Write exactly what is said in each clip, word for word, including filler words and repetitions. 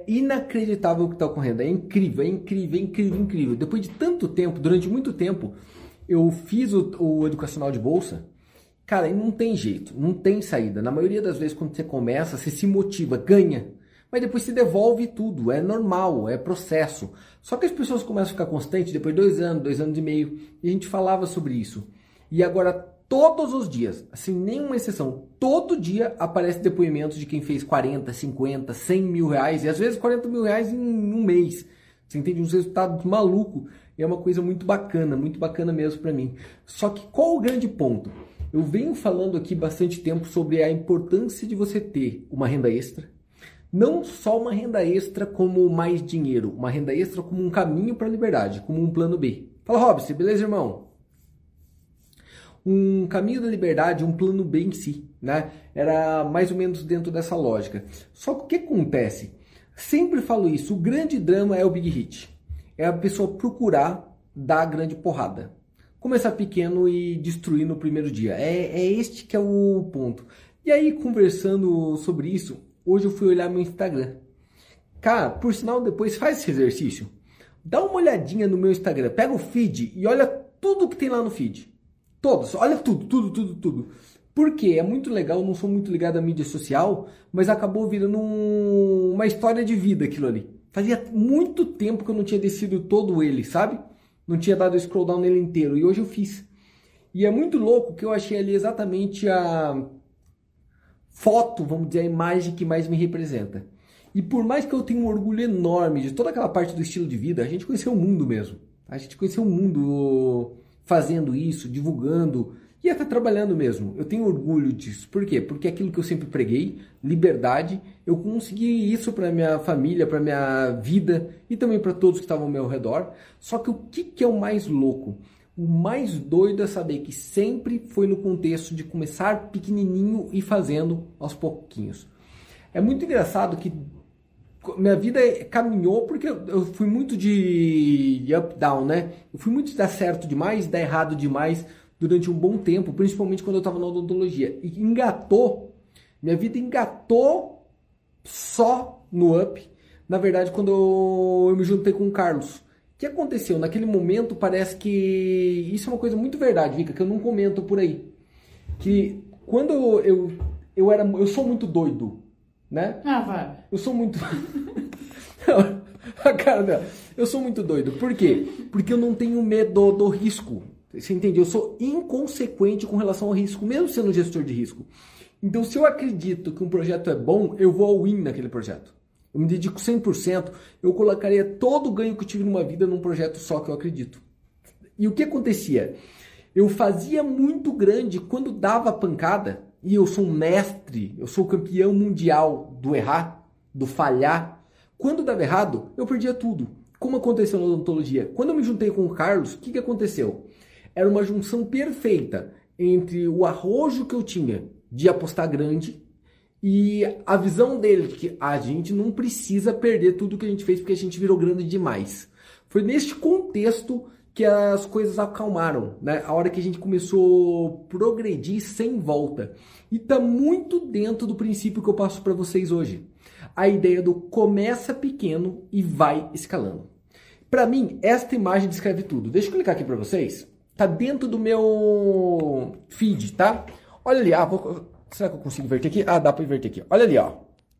inacreditável o que está ocorrendo. É incrível, é incrível, é incrível, incrível. Depois de tanto tempo, durante muito tempo, eu fiz o, o educacional de bolsa. Cara, e não tem jeito, não tem saída. Na maioria das vezes, quando você começa, você se motiva, ganha. Mas depois se devolve tudo, é normal, é processo. Só que as pessoas começam a ficar constantes depois de dois anos, dois anos e meio. E a gente falava sobre isso. E agora, todos os dias, assim, nenhuma exceção, todo dia aparece depoimentos de quem fez quarenta, cinquenta, cem mil reais. E às vezes quarenta mil reais em um mês. Você entende? Uns resultados malucos. E é uma coisa muito bacana, muito bacana mesmo para mim. Só que qual o grande ponto? Eu venho falando aqui bastante tempo sobre a importância de você ter uma renda extra. Não só uma renda extra como mais dinheiro, uma renda extra como um caminho para a liberdade, como um plano B. Fala, Robson, beleza, irmão? Um caminho da liberdade, um plano B em si, né? Era mais ou menos dentro dessa lógica. Só que o que acontece? Sempre falo isso, o grande drama é o big hit. É a pessoa procurar dar a grande porrada. Começar pequeno e destruir no primeiro dia. É, é este que é o ponto. E aí, conversando sobre isso, hoje eu fui olhar meu Instagram. Cara, por sinal, depois faz esse exercício. Dá uma olhadinha no meu Instagram. Pega o feed e olha tudo que tem lá no feed. Todos. Olha tudo, tudo, tudo, tudo. Por quê? É muito legal, não sou muito ligado à mídia social, mas acabou virando um, uma história de vida aquilo ali. Fazia muito tempo que eu não tinha descido todo ele, sabe? Não tinha dado scroll down nele inteiro. E hoje eu fiz. E é muito louco que eu achei ali exatamente a foto, vamos dizer, a imagem que mais me representa. E por mais que eu tenha um orgulho enorme de toda aquela parte do estilo de vida, a gente conheceu o mundo mesmo. A gente conheceu o mundo fazendo isso, divulgando e até trabalhando mesmo. Eu tenho orgulho disso. Por quê? Porque é aquilo que eu sempre preguei, liberdade, eu consegui isso para minha família, para minha vida e também para todos que estavam ao meu redor. Só que o que, que é o mais louco? O mais doido é saber que sempre foi no contexto de começar pequenininho e fazendo aos pouquinhos. É muito engraçado que minha vida caminhou porque eu fui muito de up-down, né? Eu fui muito de dar certo demais, dar errado demais durante um bom tempo, principalmente quando eu estava na odontologia. E engatou, minha vida engatou só no up. Na verdade, quando eu, eu me juntei com o Carlos. O que aconteceu? Naquele momento, parece que... Isso é uma coisa muito verdade, Vika, que eu não comento por aí. Que quando eu, eu era... Eu sou muito doido, né? Ah, vai. Eu sou muito... A cara dela. Eu sou muito doido. Por quê? Porque eu não tenho medo do risco. Você entende? Eu sou inconsequente com relação ao risco, mesmo sendo gestor de risco. Então, se eu acredito que um projeto é bom, eu vou all in naquele projeto. Eu me dedico cem por cento, eu colocaria todo o ganho que eu tive numa vida num projeto só que eu acredito. E o que acontecia? Eu fazia muito grande quando dava pancada, e eu sou um mestre, eu sou campeão mundial do errar, do falhar. Quando dava errado, eu perdia tudo. Como aconteceu na odontologia? Quando eu me juntei com o Carlos, o que, que aconteceu? Era uma junção perfeita entre o arrojo que eu tinha de apostar grande e a visão dele, que a gente não precisa perder tudo que a gente fez porque a gente virou grande demais. Foi neste contexto que as coisas acalmaram, né? A hora que a gente começou a progredir sem volta. E tá muito dentro do princípio que eu passo para vocês hoje. A ideia do começa pequeno e vai escalando. Para mim, esta imagem descreve tudo. Deixa eu clicar aqui para vocês. Tá dentro do meu feed, tá? Olha ali. Ah, vou... Será que eu consigo inverter aqui? Ah, dá para inverter aqui. Olha ali, ó.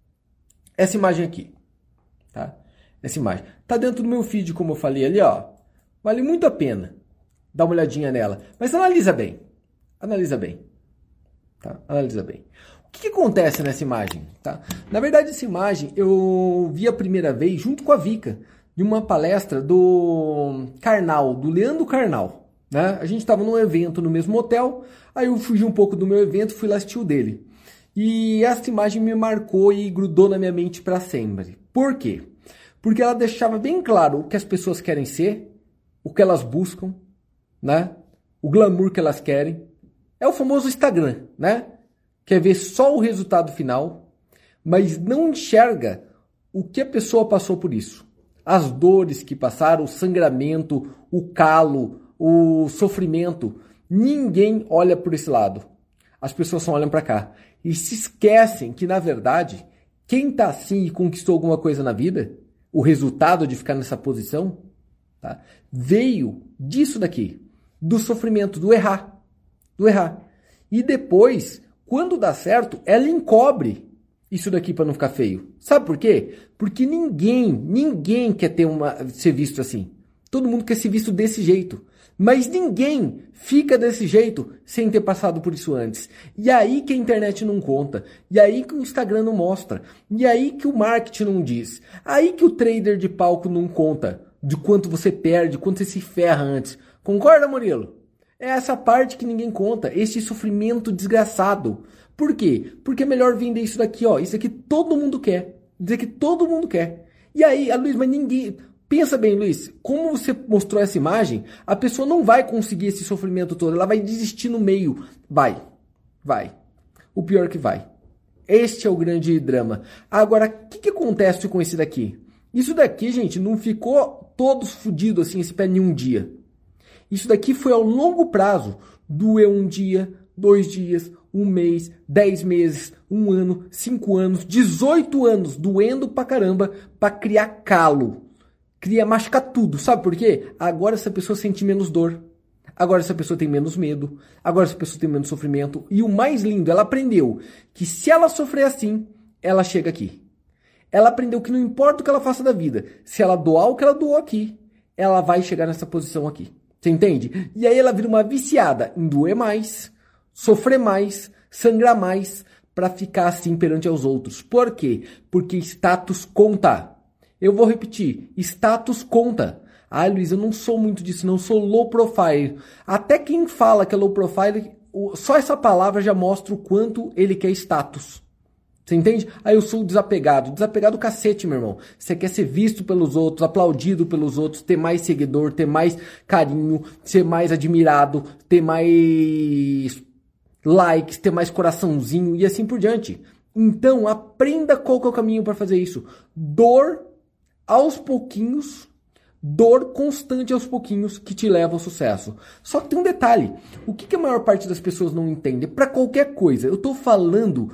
Essa imagem aqui. Tá? Essa imagem. Tá dentro do meu feed, como eu falei ali, ó. Vale muito a pena dar uma olhadinha nela. Mas analisa bem. Analisa bem. Tá? Analisa bem. O que, que acontece nessa imagem? Tá? Na verdade, essa imagem eu vi a primeira vez junto com a Vika, de uma palestra do Karnal, do Leandro Karnal. Né? A gente estava num evento no mesmo hotel, aí eu fugi um pouco do meu evento, fui lá assistir o dele. E essa imagem me marcou e grudou na minha mente para sempre. Por quê? Porque ela deixava bem claro o que as pessoas querem ser, o que elas buscam, né? O glamour que elas querem. É o famoso Instagram, né? Quer ver só o resultado final, mas não enxerga o que a pessoa passou por isso. As dores que passaram, o sangramento, o calo, o sofrimento. Ninguém olha por esse lado. As pessoas só olham para cá. E se esquecem que, na verdade, Quem tá assim e conquistou alguma coisa na vida, o resultado de ficar nessa posição, tá, veio disso daqui, do sofrimento, do errar, do errar. E depois, quando dá certo, ela encobre isso daqui para não ficar feio. Sabe por quê? Porque ninguém, ninguém quer ter uma, ser visto assim. Todo mundo quer ser visto desse jeito. Mas ninguém fica desse jeito sem ter passado por isso antes. E aí que a internet não conta. E aí que o Instagram não mostra. E aí que o marketing não diz. Aí que o trader de palco não conta de quanto você perde, quanto você se ferra antes. Concorda, Murilo? É essa parte que ninguém conta. Esse sofrimento desgraçado. Por quê? Porque é melhor vender isso daqui, ó. Isso aqui todo mundo quer. Dizer que todo mundo quer. E aí, a Luiz, mas ninguém... Pensa bem, Luiz, como você mostrou essa imagem, a pessoa não vai conseguir esse sofrimento todo, ela vai desistir no meio. Vai, vai. O pior é que vai. Este é o grande drama. Agora, o que, que acontece com esse daqui? Isso daqui, gente, não ficou todos fodidos assim, esse pé em um dia. Isso daqui foi ao longo prazo. Doeu um dia, dois dias, um mês, dez meses, um ano, cinco anos, dezoito anos, doendo pra caramba, pra criar calo. Cria, machucar tudo. Sabe por quê? Agora essa pessoa sente menos dor. Agora essa pessoa tem menos medo. Agora essa pessoa tem menos sofrimento. E o mais lindo, ela aprendeu que se ela sofrer assim, ela chega aqui. Ela aprendeu que não importa o que ela faça da vida, se ela doar o que ela doou aqui, ela vai chegar nessa posição aqui. Você entende? E aí ela vira uma viciada em doer mais, sofrer mais, sangrar mais, para ficar assim perante aos outros. Por quê? Porque status conta. Eu vou repetir, status conta. Ah, Luiz, eu não sou muito disso, não, eu sou low profile. Até quem fala que é low profile, só essa palavra já mostra o quanto ele quer status. Você entende? Aí eu sou desapegado. Desapegado cacete, meu irmão. Você quer ser visto pelos outros, aplaudido pelos outros, ter mais seguidor, ter mais carinho, ser mais admirado, ter mais likes, ter mais coraçãozinho e assim por diante. Então, aprenda qual que é o caminho para fazer isso. Dor aos pouquinhos, dor constante aos pouquinhos que te leva ao sucesso. Só que tem um detalhe, o que, que a maior parte das pessoas não entende? Para qualquer coisa, eu estou falando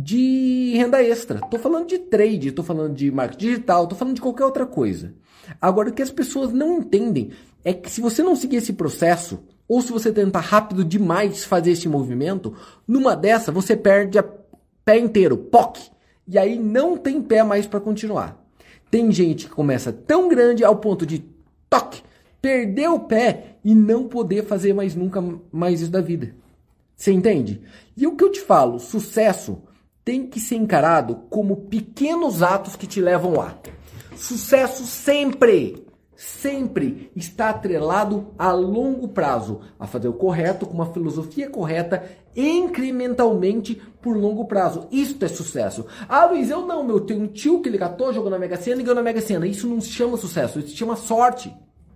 de renda extra, estou falando de trade, estou falando de marketing digital, estou falando de qualquer outra coisa. Agora, o que as pessoas não entendem é que se você não seguir esse processo, ou se você tentar rápido demais fazer esse movimento, numa dessa você perde a pé inteiro, P O C, e aí não tem pé mais para continuar. Tem gente que começa tão grande ao ponto de toque, perder o pé e não poder fazer mais nunca mais isso da vida. Você entende? E o que eu te falo, sucesso tem que ser encarado como pequenos atos que te levam lá. Sucesso sempre, sempre está atrelado a longo prazo, a fazer o correto, com uma filosofia correta, incrementalmente por longo prazo. Isso é sucesso. Ah, Luiz, eu não, meu, tenho um tio que ele catou, jogou na Mega Sena e ganhou na Mega Sena. Isso não se chama sucesso, isso se chama sorte.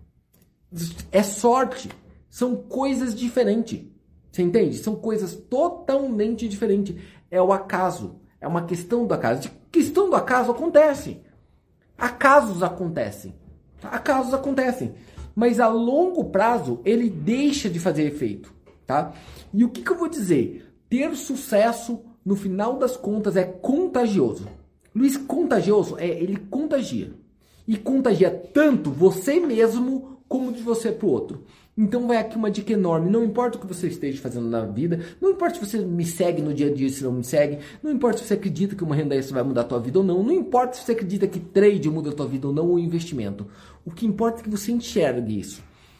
É sorte. São coisas diferentes. Você entende? São coisas totalmente diferentes. É o acaso. É uma questão do acaso. De questão do acaso acontece. Acasos acontecem. Acasos acontecem. Mas a longo prazo, ele deixa de fazer efeito. Tá? E o que, que eu vou dizer? Ter sucesso, no final das contas, é contagioso. Luiz, contagioso? É, ele contagia. E contagia tanto você mesmo como de você para o outro. Então vai aqui uma dica enorme. Não importa o que você esteja fazendo na vida, não importa se você me segue no dia a dia, se não me segue, não importa se você acredita que uma renda extra vai mudar a tua vida ou não, não importa se você acredita que trade muda a tua vida ou não, ou investimento. O que importa é que você enxergue isso.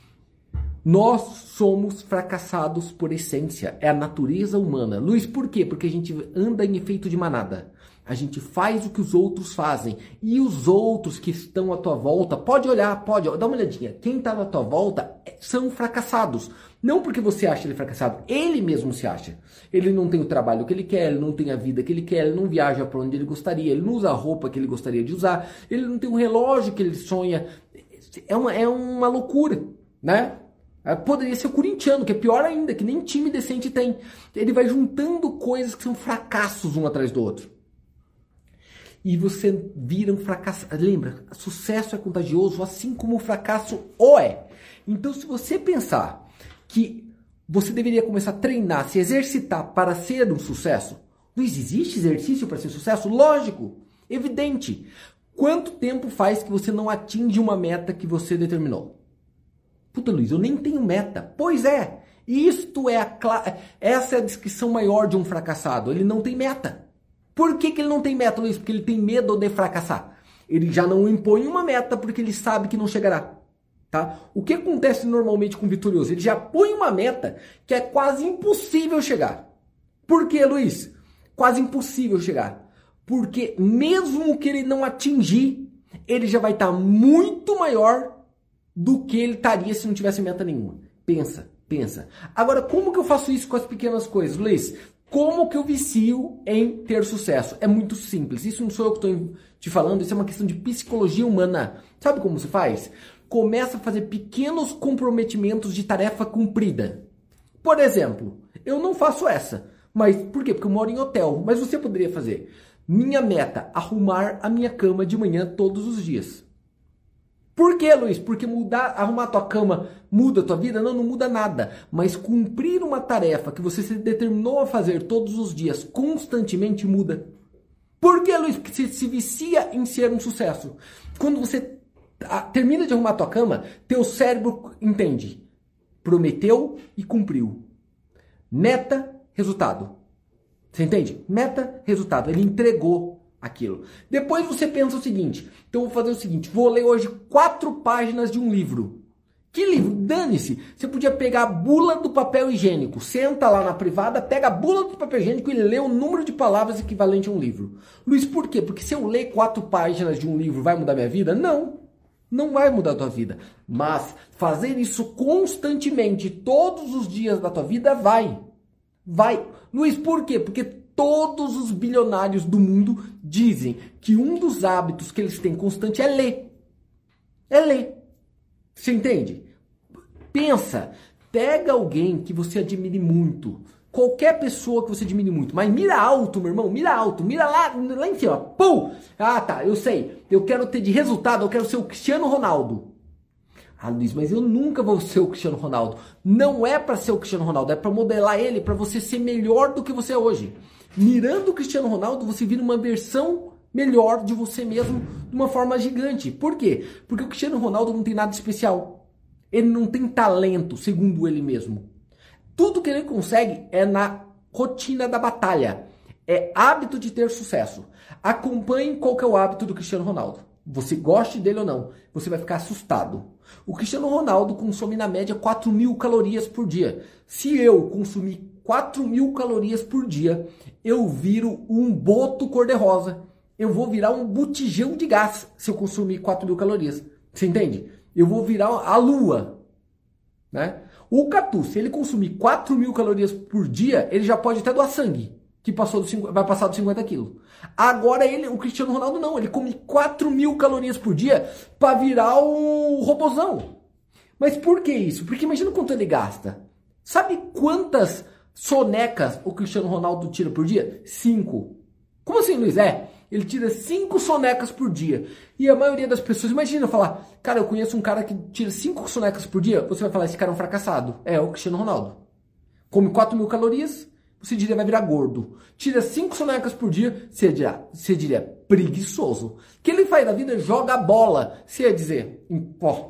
Nós somos fracassados por essência. É a natureza humana. Luiz, por quê? Porque a gente anda em efeito de manada. A gente faz o que os outros fazem. E os outros que estão à tua volta, pode olhar, pode, dá uma olhadinha. Quem está na tua volta são fracassados. Não porque você acha ele fracassado, ele mesmo se acha. Ele não tem o trabalho que ele quer, ele não tem a vida que ele quer, ele não viaja para onde ele gostaria, ele não usa a roupa que ele gostaria de usar, ele não tem um relógio que ele sonha. É uma, é uma loucura, né? Poderia ser o corintiano, que é pior ainda, que nem time decente tem. Ele vai juntando coisas que são fracassos um atrás do outro. E você vira um fracasso. Lembra, sucesso é contagioso, assim como o fracasso o é. Então, se você pensar que você deveria começar a treinar, se exercitar para ser um sucesso, Luiz, existe exercício para ser sucesso? Lógico, evidente. Quanto tempo faz que você não atinge uma meta que você determinou? Puta, Luiz, eu nem tenho meta. Pois é, isto é a cla... essa é a descrição maior de um fracassado. Ele não tem meta. Por que que ele não tem meta, Luiz? Porque ele tem medo de fracassar. Ele já não impõe uma meta porque ele sabe que não chegará. Tá? O que acontece normalmente com o vitorioso? Ele já põe uma meta que é quase impossível chegar. Por que, Luiz? Quase impossível chegar. Porque mesmo que ele não atingir, ele já vai estar muito maior do que ele estaria se não tivesse meta nenhuma. Pensa, pensa. Agora, como que eu faço isso com as pequenas coisas, Luiz? Como que eu vicio em ter sucesso? É muito simples. Isso não sou eu que estou te falando, isso é uma questão de psicologia humana. Sabe como se faz? Começa a fazer pequenos comprometimentos de tarefa cumprida. Por exemplo, eu não faço essa. Mas por quê? Porque eu moro em hotel. Mas você poderia fazer. Minha meta, arrumar a minha cama de manhã todos os dias. Por quê, Luiz? Porque mudar, arrumar a tua cama muda a tua vida? Não, não muda nada. Mas cumprir uma tarefa que você se determinou a fazer todos os dias, constantemente, muda. Por quê, Luiz? Porque você se vicia em ser um sucesso. Quando você termina de arrumar a tua cama, teu cérebro entende. Prometeu e cumpriu. Meta, resultado. Você entende? Meta, resultado. Ele entregou aquilo. Depois você pensa o seguinte. Então eu vou fazer o seguinte. Vou ler hoje quatro páginas de um livro. Que livro? Dane-se. Você podia pegar a bula do papel higiênico. Senta lá na privada, pega a bula do papel higiênico e lê o número de palavras equivalente a um livro. Luiz, por quê? Porque se eu ler quatro páginas de um livro vai mudar minha vida? Não. Não vai mudar a tua vida. Mas fazer isso constantemente, todos os dias da tua vida, vai. Vai. Luiz, por quê? Porque todos os bilionários do mundo dizem que um dos hábitos que eles têm constante é ler. É ler. Você entende? Pensa. Pega alguém que você admire muito. Qualquer pessoa que você admire muito. Mas mira alto, meu irmão. Mira alto. Mira lá, lá em cima. Pum! Ah, tá. Eu sei. Eu quero ter de resultado. Eu quero ser o Cristiano Ronaldo. Ah, Luiz, mas eu nunca vou ser o Cristiano Ronaldo. Não é para ser o Cristiano Ronaldo. É para modelar ele. Para você ser melhor do que você é hoje. Mirando o Cristiano Ronaldo, você vira uma versão melhor de você mesmo de uma forma gigante. Por quê? Porque o Cristiano Ronaldo não tem nada especial. Ele não tem talento, segundo ele mesmo. Tudo que ele consegue é na rotina da batalha. É hábito de ter sucesso. Acompanhe qual que é o hábito do Cristiano Ronaldo. Você goste dele ou não, você vai ficar assustado. O Cristiano Ronaldo consome na média quatro mil calorias por dia. Se eu consumir quatro mil calorias por dia, eu viro um boto cor-de-rosa. Eu vou virar um botijão de gás se eu consumir quatro mil calorias. Você entende? Eu vou virar a lua, né? O Catu, se ele consumir quatro mil calorias por dia, ele já pode até doar sangue, que passou do cinquenta, vai passar dos cinquenta quilos. Agora ele, o Cristiano Ronaldo não, ele come quatro mil calorias por dia para virar o robozão. Mas por que isso? Porque imagina quanto ele gasta. Sabe quantas sonecas o Cristiano Ronaldo tira por dia? Cinco. Como assim, Luiz? É, ele tira cinco sonecas por dia. E a maioria das pessoas, imagina falar, cara, eu conheço um cara que tira cinco sonecas por dia. Você vai falar, esse cara é um fracassado. É, o Cristiano Ronaldo. Come quatro mil calorias, você diria vai virar gordo. Tira cinco sonecas por dia, você diria, você diria preguiçoso. O que ele faz da vida? Joga a bola. Você ia dizer, ó,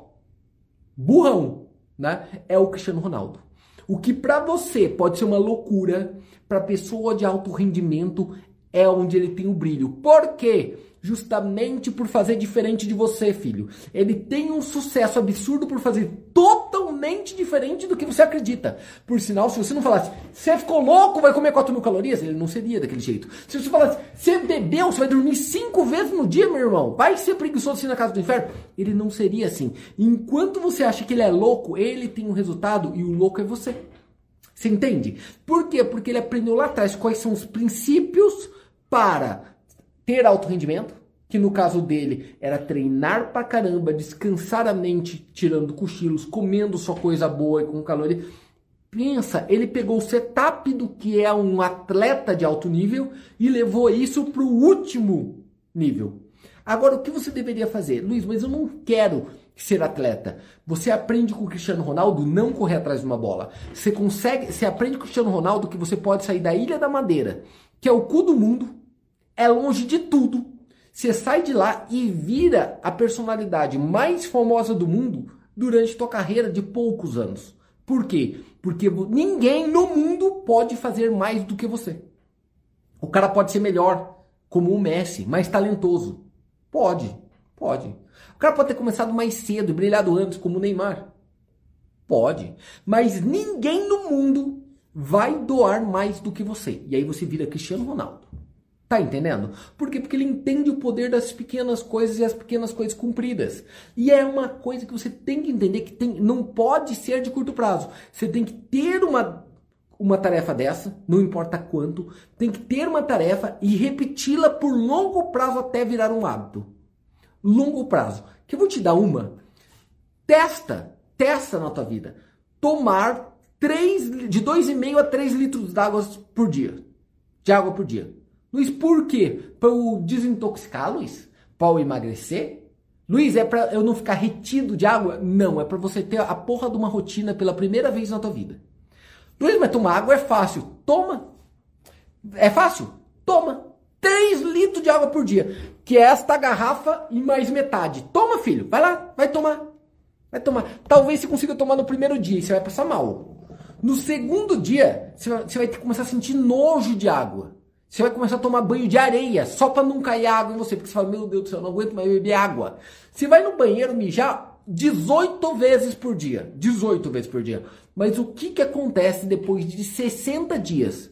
burrão, né? É o Cristiano Ronaldo. O que para você pode ser uma loucura, para pessoa de alto rendimento é onde ele tem o brilho. Por quê? Justamente por fazer diferente de você, filho. Ele tem um sucesso absurdo por fazer totalmente diferente do que você acredita. Por sinal, se você não falasse, você ficou louco, vai comer quatro mil calorias, ele não seria daquele jeito. Se você falasse, você bebeu, você vai dormir cinco vezes no dia, meu irmão, vai ser preguiçoso assim na casa do inferno, ele não seria assim. Enquanto você acha que ele é louco, ele tem um resultado e o louco é você. Você entende? Por quê? Porque ele aprendeu lá atrás quais são os princípios para ter alto rendimento, que no caso dele era treinar pra caramba, descansar a mente, tirando cochilos, comendo só coisa boa e com caloria. Pensa, ele pegou o setup do que é um atleta de alto nível e levou isso pro último nível. Agora, o que você deveria fazer? Luiz, mas eu não quero ser atleta. Você aprende com o Cristiano Ronaldo não correr atrás de uma bola. Você consegue, você aprende com o Cristiano Ronaldo que você pode sair da Ilha da Madeira, que é o cu do mundo, é longe de tudo. Você sai de lá e vira a personalidade mais famosa do mundo durante tua carreira de poucos anos. Por quê? Porque ninguém no mundo pode fazer mais do que você. O cara pode ser melhor, como o Messi, mais talentoso. Pode, pode. O cara pode ter começado mais cedo e brilhado antes, como o Neymar. Pode. Mas ninguém no mundo vai doar mais do que você. E aí você vira Cristiano Ronaldo. Tá entendendo? Por quê? Porque ele entende o poder das pequenas coisas e as pequenas coisas cumpridas. E é uma coisa que você tem que entender que tem, não pode ser de curto prazo. Você tem que ter uma, uma tarefa dessa, não importa quanto, tem que ter uma tarefa e repeti-la por longo prazo até virar um hábito. Longo prazo. Que eu vou te dar uma. Testa, testa na tua vida. Tomar três, de dois vírgula cinco a três litros de água por dia. De água por dia. Luiz, por quê? Para eu desintoxicar, Luiz? Para eu emagrecer? Luiz, é para eu não ficar retido de água? Não, é para você ter a porra de uma rotina pela primeira vez na tua vida. Luiz, mas tomar água é fácil. Toma. É fácil? Toma. três litros de água por dia. Que é esta garrafa e mais metade. Toma, filho. Vai lá. Vai tomar. Vai tomar. Talvez você consiga tomar no primeiro dia e você vai passar mal. No segundo dia, você vai, você vai ter que começar a sentir nojo de água. Você vai começar a tomar banho de areia, só para não cair água em você. Porque você fala, meu Deus do céu, eu não aguento mais beber água. Você vai no banheiro mijar dezoito vezes por dia. dezoito vezes por dia. Mas o que, que acontece depois de sessenta dias?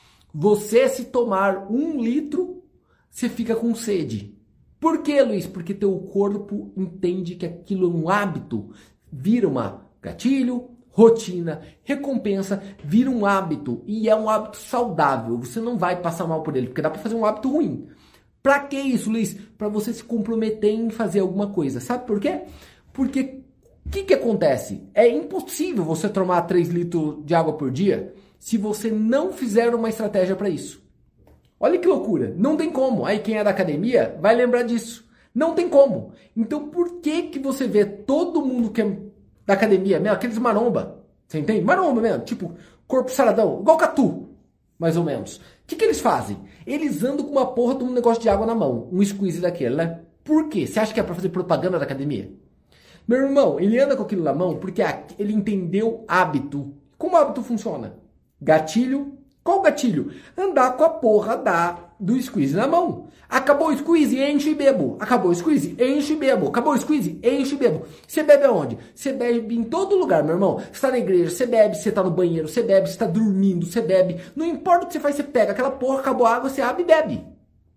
Você, se tomar um litro, você fica com sede. Por quê, Luiz? Porque teu corpo entende que aquilo é um hábito. Vira uma gatilho, rotina, recompensa, vira um hábito. E é um hábito saudável. Você não vai passar mal por ele, porque dá para fazer um hábito ruim. Pra que isso, Luiz? Para você se comprometer em fazer alguma coisa. Sabe por quê? Porque o que, que acontece? É impossível você tomar três litros de água por dia se você não fizer uma estratégia para isso. Olha que loucura. Não tem como. Aí quem é da academia vai lembrar disso. Não tem como. Então por que, que você vê todo mundo que é da academia, mesmo, aqueles maromba, você entende? Maromba mesmo, tipo corpo saradão, igual Catu, mais ou menos. O que, que eles fazem? Eles andam com uma porra de um negócio de água na mão, um squeeze daquele, né? Por quê? Você acha que é pra fazer propaganda da academia? Meu irmão, ele anda com aquilo na mão porque ele entendeu hábito. Como hábito funciona? Gatilho. Qual gatilho? Andar com a porra da, do squeeze na mão. Acabou o squeeze, enche e bebo. Acabou o squeeze, enche e bebo. Acabou o squeeze, enche e bebo. Você bebe aonde? Você bebe em todo lugar, meu irmão. Você está na igreja, você bebe, você está no banheiro, você bebe, você está dormindo, você bebe. Não importa o que você faz, você pega aquela porra, acabou a água, você abre e bebe.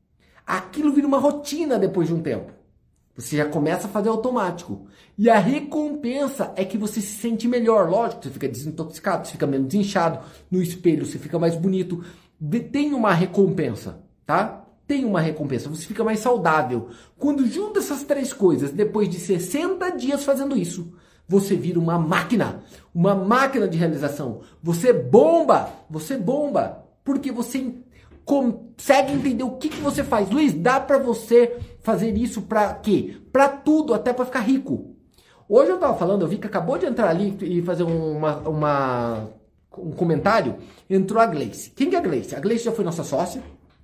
Aquilo vira uma rotina depois de um tempo. Você já começa a fazer automático. E a recompensa é que você se sente melhor. Lógico, você fica desintoxicado, você fica menos inchado. No espelho você fica mais bonito. Tem uma recompensa, tá? Tem uma recompensa. Você fica mais saudável. Quando junta essas três coisas, depois de sessenta dias fazendo isso, você vira uma máquina. Uma máquina de realização. Você bomba. Você bomba. Porque você consegue entender o que, que você faz. Luiz, dá pra você fazer isso pra quê? Pra tudo, até pra ficar rico. Hoje eu tava falando, eu vi que acabou de entrar ali e fazer uma, uma, um comentário. Entrou a Gleice. Quem que é a Gleice? A Gleice já foi nossa sócia.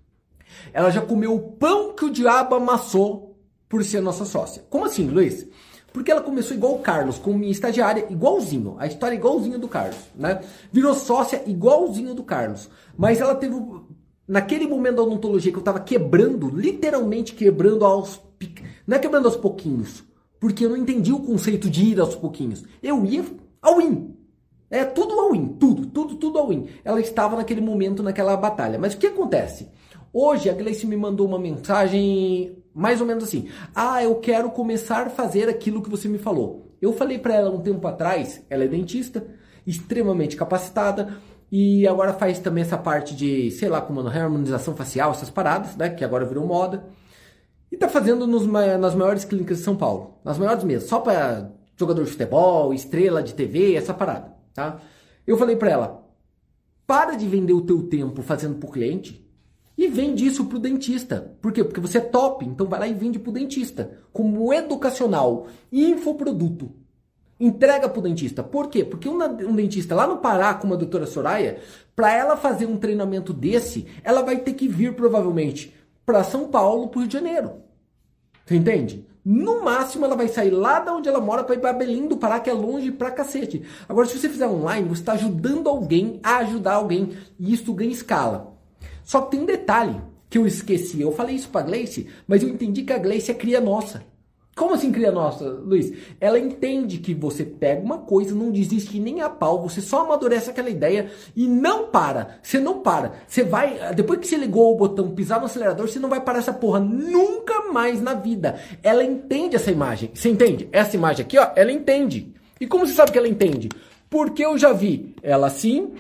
Ela já comeu o pão que o diabo amassou por ser nossa sócia. Como assim, Luiz? Porque ela começou igual o Carlos, como minha estagiária, igualzinho. A história é igualzinha do Carlos, né? Virou sócia igualzinho do Carlos. Mas ela teve... Naquele momento da odontologia que eu tava quebrando, literalmente quebrando aos... Não é quebrando aos pouquinhos, porque eu não entendi o conceito de ir aos pouquinhos. Eu ia ao in. É tudo ao in, tudo, tudo, tudo ao in. Ela estava naquele momento, naquela batalha. Mas o que acontece? Hoje a Gleice me mandou uma mensagem mais ou menos assim. Ah, eu quero começar a fazer aquilo que você me falou. Eu falei para ela um tempo atrás, ela é dentista, extremamente capacitada, e agora faz também essa parte de, sei lá, como harmonização facial, essas paradas, né? Que agora virou moda. E tá fazendo nos, nas maiores clínicas de São Paulo. Nas maiores mesmo. Só para jogador de futebol, estrela de T V, essa parada, tá? Eu falei pra ela, para de vender o teu tempo fazendo pro cliente e vende isso pro dentista. Por quê? Porque você é top, então vai lá e vende pro dentista. Como educacional, infoproduto. Entrega pro dentista. Por quê? Porque um, um dentista lá no Pará, como a doutora Soraya, para ela fazer um treinamento desse, ela vai ter que vir provavelmente para São Paulo, pro Rio de Janeiro. Você entende? No máximo ela vai sair lá de onde ela mora para ir para Belém do Pará, que é longe pra cacete. Agora, se você fizer online, você está ajudando alguém a ajudar alguém. E isso ganha escala. Só que tem um detalhe que eu esqueci. Eu falei isso pra Gleice, mas eu entendi que a Gleice é cria nossa. Como assim cria nossa, Luiz? Ela entende que você pega uma coisa, não desiste nem a pau, você só amadurece aquela ideia e não para. Você não para. Você vai, depois que você ligou o botão, pisar no acelerador, você não vai parar essa porra nunca mais na vida. Ela entende essa imagem. Você entende? Essa imagem aqui, ó, ela entende. E como você sabe que ela entende? Porque eu já vi ela assim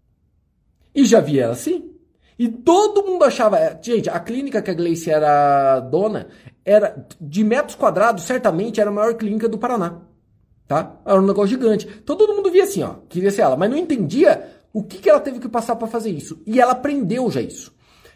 e já vi ela assim. E todo mundo achava... Gente, a clínica que a Gleice era dona, era de metros quadrados, certamente era a maior clínica do Paraná. Tá? Era um negócio gigante. Então todo mundo via assim, ó, queria ser ela, mas não entendia o que, que ela teve que passar para fazer isso. E ela aprendeu já isso.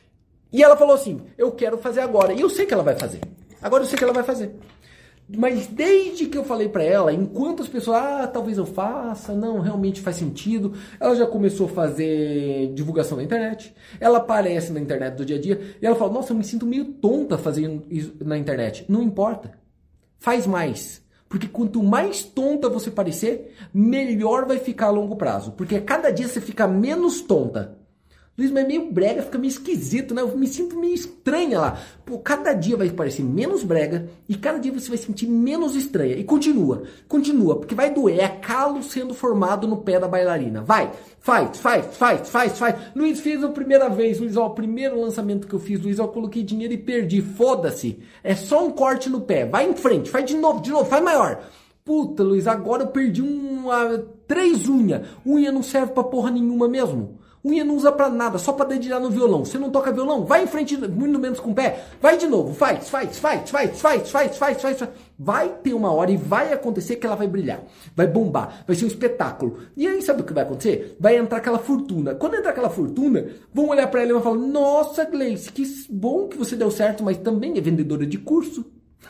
E ela falou assim, eu quero fazer agora. E eu sei que ela vai fazer. Agora eu sei que ela vai fazer. Mas desde que eu falei pra ela, enquanto as pessoas, ah, talvez eu faça, não, realmente faz sentido, ela já começou a fazer divulgação na internet, ela aparece na internet do dia a dia, e ela fala, nossa, eu me sinto meio tonta fazendo isso na internet. Não importa, faz mais. Porque quanto mais tonta você parecer, melhor vai ficar a longo prazo. Porque a cada dia você fica menos tonta. Luiz, mas é meio brega, fica meio esquisito, né? Eu me sinto meio estranha lá. Pô, cada dia vai parecer menos brega e cada dia você vai sentir menos estranha. E continua, continua, porque vai doer. É calo sendo formado no pé da bailarina. Vai, faz, faz, faz, faz, faz. Luiz, fez a primeira vez, Luiz, ó, o primeiro lançamento que eu fiz, Luiz, ó, eu coloquei dinheiro e perdi. Foda-se. É só um corte no pé. Vai em frente, faz de novo, de novo, faz maior. Puta, Luiz, agora eu perdi uma, três unhas. Unha não serve pra porra nenhuma mesmo. Unha não usa pra nada, só pra dedilhar no violão. Você não toca violão? Vai em frente, muito menos com o pé. Vai de novo, faz, faz, faz, faz, faz, faz, faz, faz, faz. Vai ter uma hora e vai acontecer que ela vai brilhar. Vai bombar, vai ser um espetáculo. E aí sabe o que vai acontecer? Vai entrar aquela fortuna. Quando entrar aquela fortuna, vão olhar pra ela e vão falar, nossa, Gleice, que bom que você deu certo, mas também é vendedora de curso.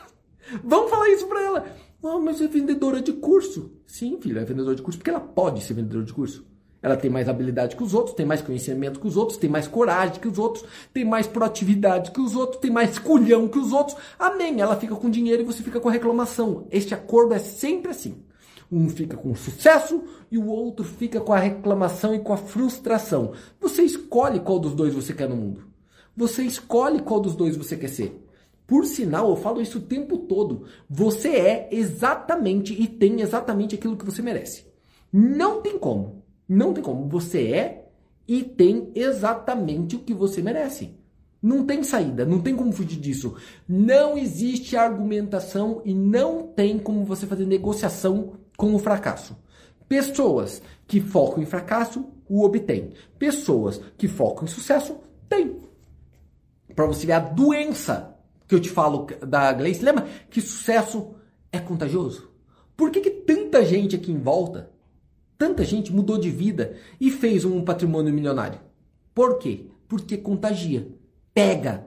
Vamos falar isso pra ela. Ah, mas é vendedora de curso. Sim, filho, é vendedora de curso porque ela pode ser vendedora de curso. Ela tem mais habilidade que os outros, tem mais conhecimento que os outros, tem mais coragem que os outros, tem mais proatividade que os outros, tem mais culhão que os outros. Amém. Ela fica com dinheiro e você fica com a reclamação. Este acordo é sempre assim. Um fica com sucesso e o outro fica com a reclamação e com a frustração. Você escolhe qual dos dois você quer no mundo. Você escolhe qual dos dois você quer ser. Por sinal, eu falo isso o tempo todo. Você é exatamente e tem exatamente aquilo que você merece. Não tem como. Não tem como. Você é e tem exatamente o que você merece. Não tem saída, não tem como fugir disso. Não existe argumentação e não tem como você fazer negociação com o fracasso. Pessoas que focam em fracasso, o obtêm. Pessoas que focam em sucesso, tem. Para você ver a doença que eu te falo da Gleice, lembra que sucesso é contagioso? Por que que tanta gente aqui em volta... Tanta gente mudou de vida e fez um patrimônio milionário. Por quê? Porque contagia. Pega.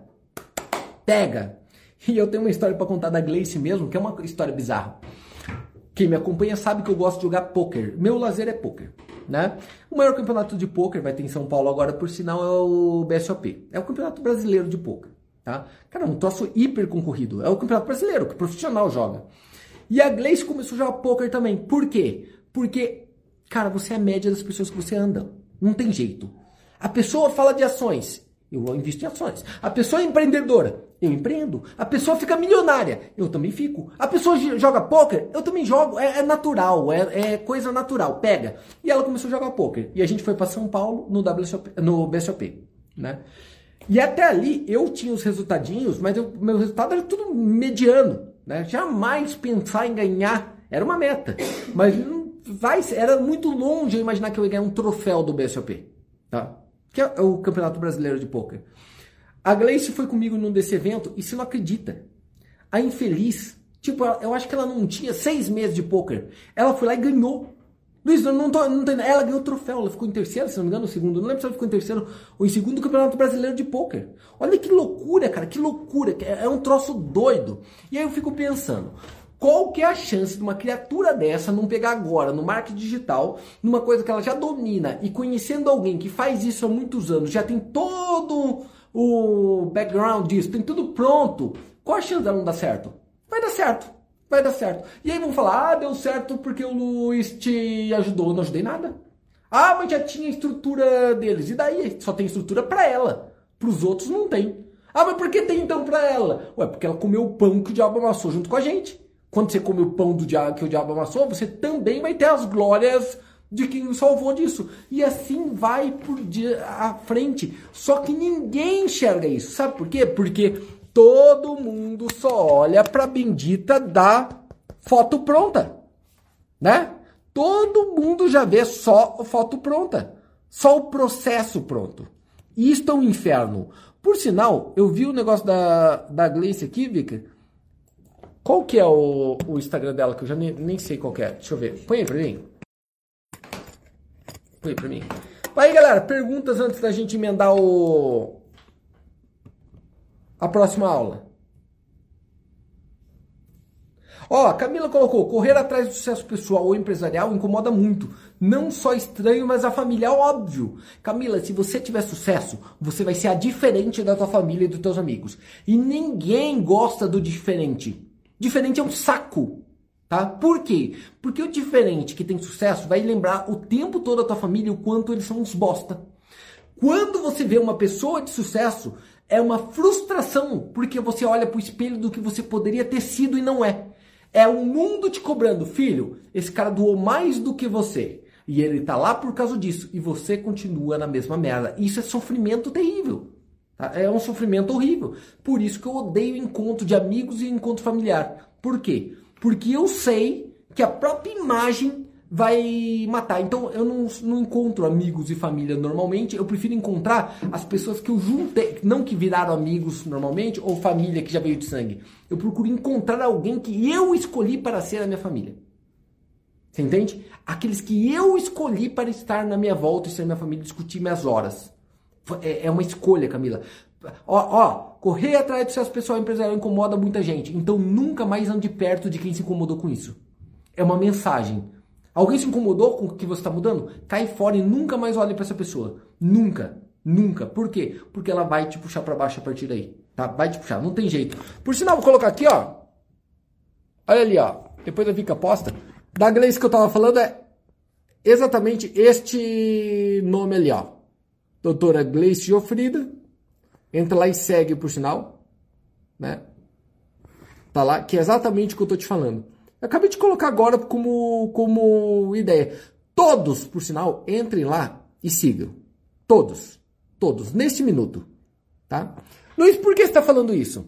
Pega. E eu tenho uma história para contar da Gleice mesmo, que é uma história bizarra. Quem me acompanha sabe que eu gosto de jogar pôquer. Meu lazer é pôquer, né? O maior campeonato de pôquer vai ter em São Paulo agora, por sinal, é o B S O P. É o Campeonato Brasileiro de Pôquer, tá? Cara, é um troço hiper concorrido. É o Campeonato Brasileiro, que o profissional joga. E a Gleice começou a jogar pôquer também. Por quê? Porque... Cara, você é a média das pessoas que você anda. Não tem jeito. A pessoa fala de ações. Eu invisto em ações. A pessoa é empreendedora. Eu empreendo. A pessoa fica milionária. Eu também fico. A pessoa joga pôquer. Eu também jogo. É, é natural. É, é coisa natural. Pega. E ela começou a jogar pôquer. E a gente foi para São Paulo no, W S O P, no B S O P. Né? E até ali eu tinha os resultadinhos, mas eu, meu resultado era tudo mediano. Né? Jamais pensar em ganhar era uma meta. Mas não. Vai, era muito longe eu imaginar que eu ia ganhar um troféu do B S O P, tá? Que é o Campeonato Brasileiro de Pôquer. A Gleice foi comigo num desse evento e você não acredita. A infeliz, tipo, eu acho que ela não tinha seis meses de pôquer. Ela foi lá e ganhou. Luiz, eu não tô, não tô, ela ganhou o troféu, ela ficou em terceiro, se não me engano, no segundo. Não lembro se ela ficou em terceiro ou em segundo do Campeonato Brasileiro de Pôquer. Olha que loucura, cara, que loucura. É um troço doido. E aí eu fico pensando, Qual que é a chance de uma criatura dessa não pegar agora no marketing digital, numa coisa que ela já domina, e conhecendo alguém que faz isso há muitos anos, já tem todo o background disso, tem tudo pronto, qual a chance dela não dar certo? Vai dar certo, vai dar certo. E aí vão falar, ah, deu certo porque o Luiz te ajudou. Eu não ajudei nada. Ah, mas já tinha estrutura deles. E daí? Só tem estrutura para ela. Para os outros não tem. Ah, mas por que tem então para ela? Ué, porque ela comeu o pão que o diabo amassou junto com a gente. Quando você come o pão do diabo que o diabo amassou, você também vai ter as glórias de quem salvou disso. E assim vai por dia à frente. Só que ninguém enxerga isso. Sabe por quê? Porque todo mundo só olha para a bendita da foto pronta, né? Todo mundo já vê só a foto pronta, só o processo pronto. Isto é um inferno. Por sinal, eu vi o negócio da, da Gleice aqui, Vika. Qual que é o, o Instagram dela, que eu já nem, nem sei qual que é. Deixa eu ver. Põe aí pra mim. Põe aí pra mim. Aí, galera, perguntas antes da gente emendar o... a próxima aula. Ó, a Camila colocou, correr atrás do sucesso pessoal ou empresarial incomoda muito. Não só estranho, mas a família é óbvio. Camila, se você tiver sucesso, você vai ser a diferente da tua família e dos teus amigos. E ninguém gosta do diferente. Diferente é um saco, tá? Por quê? Porque o diferente que tem sucesso vai lembrar o tempo todo a tua família o quanto eles são uns bosta. Quando você vê uma pessoa de sucesso, é uma frustração, porque você olha pro espelho do que você poderia ter sido e não é. É o mundo te cobrando, filho, esse cara doou mais do que você. E ele tá lá por causa disso. E você continua na mesma merda. Isso é sofrimento terrível. Tá? É um sofrimento horrível. Por isso que eu odeio encontro de amigos e encontro familiar. Por quê? Porque eu sei que a própria imagem vai matar. Então eu não, não encontro amigos e família normalmente. Eu prefiro encontrar as pessoas que eu juntei, não que viraram amigos normalmente, ou família que já veio de sangue. Eu procuro encontrar alguém que eu escolhi para ser a minha família. Você entende? Aqueles que eu escolhi para estar na minha volta e ser minha família, discutir minhas horas. É, é uma escolha, Camila. Ó, ó, correr atrás do sucesso pessoal empresarial incomoda muita gente. Então nunca mais ande perto de quem se incomodou com isso. É uma mensagem. Alguém se incomodou com o que você está mudando? Cai fora e nunca mais olhe para essa pessoa. Nunca. Nunca. Por quê? Porque ela vai te puxar para baixo a partir daí. Tá? Vai te puxar. Não tem jeito. Por sinal, vou colocar aqui, ó. Olha ali, ó. Depois da Vika posta. Da Gleice que eu tava falando é exatamente este nome ali, ó. Doutora Gleice Giofrida. Entra lá e segue, por sinal. Né? Tá lá, que é exatamente o que eu tô te falando. Eu acabei de colocar agora como, como ideia. Todos, por sinal, entrem lá e sigam. Todos. Todos. Neste minuto. Tá? Luiz, por que você está falando isso?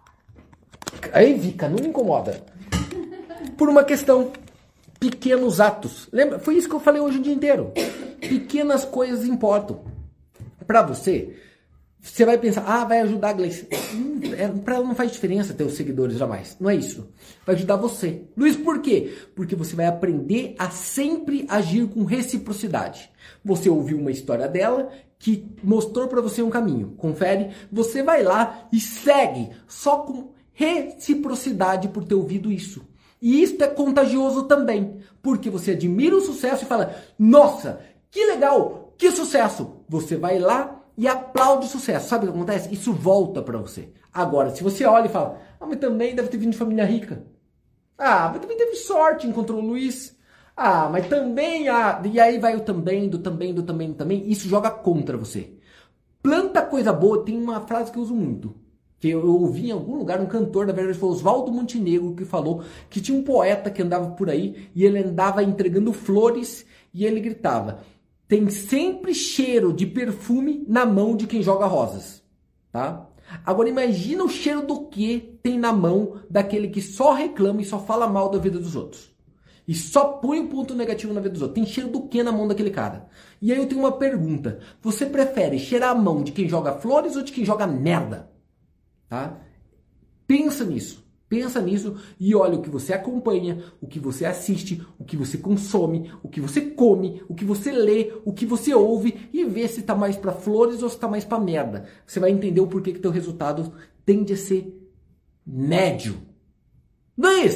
Aí, Vika, não me incomoda. Por uma questão. Pequenos atos. Lembra? Foi isso que eu falei hoje o dia inteiro. Pequenas coisas importam. Para você... Você vai pensar, ah, vai ajudar a Gleice. Hum, é, para ela não faz diferença ter os seguidores jamais. Não é isso. Vai ajudar você. Luiz, por quê? Porque você vai aprender a sempre agir com reciprocidade. Você ouviu uma história dela que mostrou para você um caminho. Confere. Você vai lá e segue só com reciprocidade por ter ouvido isso. E isso é contagioso também. Porque você admira o sucesso e fala, nossa, que legal, que sucesso. Você vai lá e aplaude o sucesso. Sabe o que acontece? Isso volta para você. Agora, se você olha e fala, ah, mas também deve ter vindo de família rica. Ah, mas também teve sorte, encontrou o Luiz. Ah, mas também, ah, e aí vai o também, do também, do também, do também. Isso joga contra você. Planta coisa boa, tem uma frase que eu uso muito. Que eu, eu ouvi em algum lugar, um cantor, na verdade foi Oswaldo Montenegro, que falou que tinha um poeta que andava por aí e ele andava entregando flores e ele gritava, tem sempre cheiro de perfume na mão de quem joga rosas, tá? Agora imagina o cheiro do que tem na mão daquele que só reclama e só fala mal da vida dos outros. E só põe um ponto negativo na vida dos outros. Tem cheiro do que na mão daquele cara? E aí eu tenho uma pergunta. Você prefere cheirar a mão de quem joga flores ou de quem joga merda? Tá? Pensa nisso. Pensa nisso e olha o que você acompanha, o que você assiste, o que você consome, o que você come, o que você lê, o que você ouve e vê se tá mais para flores ou se tá mais para merda. Você vai entender o porquê que teu resultado tende a ser médio. Luiz,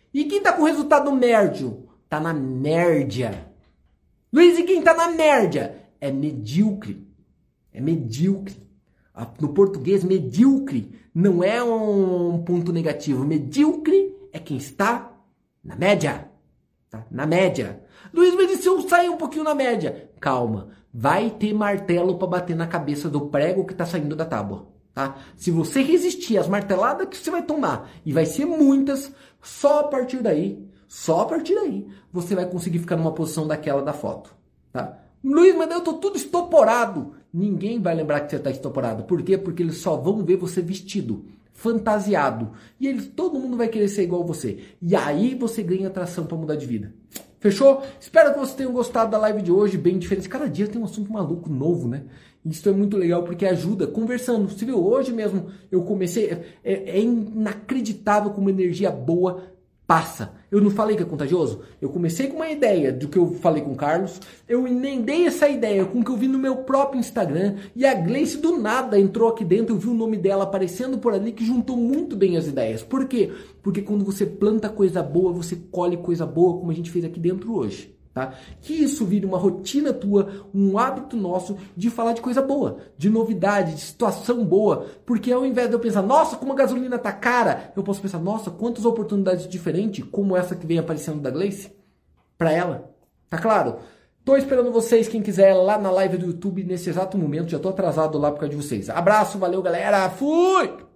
E quem tá com resultado médio? Tá na média. Luiz, e quem tá na média? É medíocre. É medíocre. No português, medíocre não é um ponto negativo. Medíocre é quem está na média. Tá? Na média. Luiz, mas e se eu sair um pouquinho na média? Calma. Vai ter martelo para bater na cabeça do prego que tá saindo da tábua. Tá? Se você resistir às marteladas que você vai tomar, e vai ser muitas, só a partir daí, só a partir daí, você vai conseguir ficar numa posição daquela da foto. Tá? Luiz, mas eu tô tudo estoporado. Ninguém vai lembrar que você tá estoporado. Por quê? Porque eles só vão ver você vestido, fantasiado. E eles, todo mundo vai querer ser igual a você. E aí você ganha atração para mudar de vida. Fechou? Espero que vocês tenham gostado da live de hoje, bem diferente. Cada dia tem um assunto maluco novo, né? Isso é muito legal porque ajuda, conversando. Você viu, hoje mesmo eu comecei... É, é inacreditável como energia boa passa. Eu não falei que é contagioso? Eu comecei com uma ideia do que eu falei com o Carlos, eu emendei essa ideia com o que eu vi no meu próprio Instagram, e a Gleice do nada entrou aqui dentro, eu vi o nome dela aparecendo por ali, que juntou muito bem as ideias. Por quê? Porque quando você planta coisa boa, você colhe coisa boa, como a gente fez aqui dentro hoje. Tá? Que isso vire uma rotina tua, um hábito nosso de falar de coisa boa, de novidade, de situação boa, porque ao invés de eu pensar, nossa, como a gasolina tá cara, eu posso pensar, nossa, quantas oportunidades diferentes, como essa que vem aparecendo da Gleice, pra ela, tá claro? Tô esperando vocês, quem quiser, lá na live do YouTube, nesse exato momento, já tô atrasado lá por causa de vocês. Abraço, valeu galera, fui!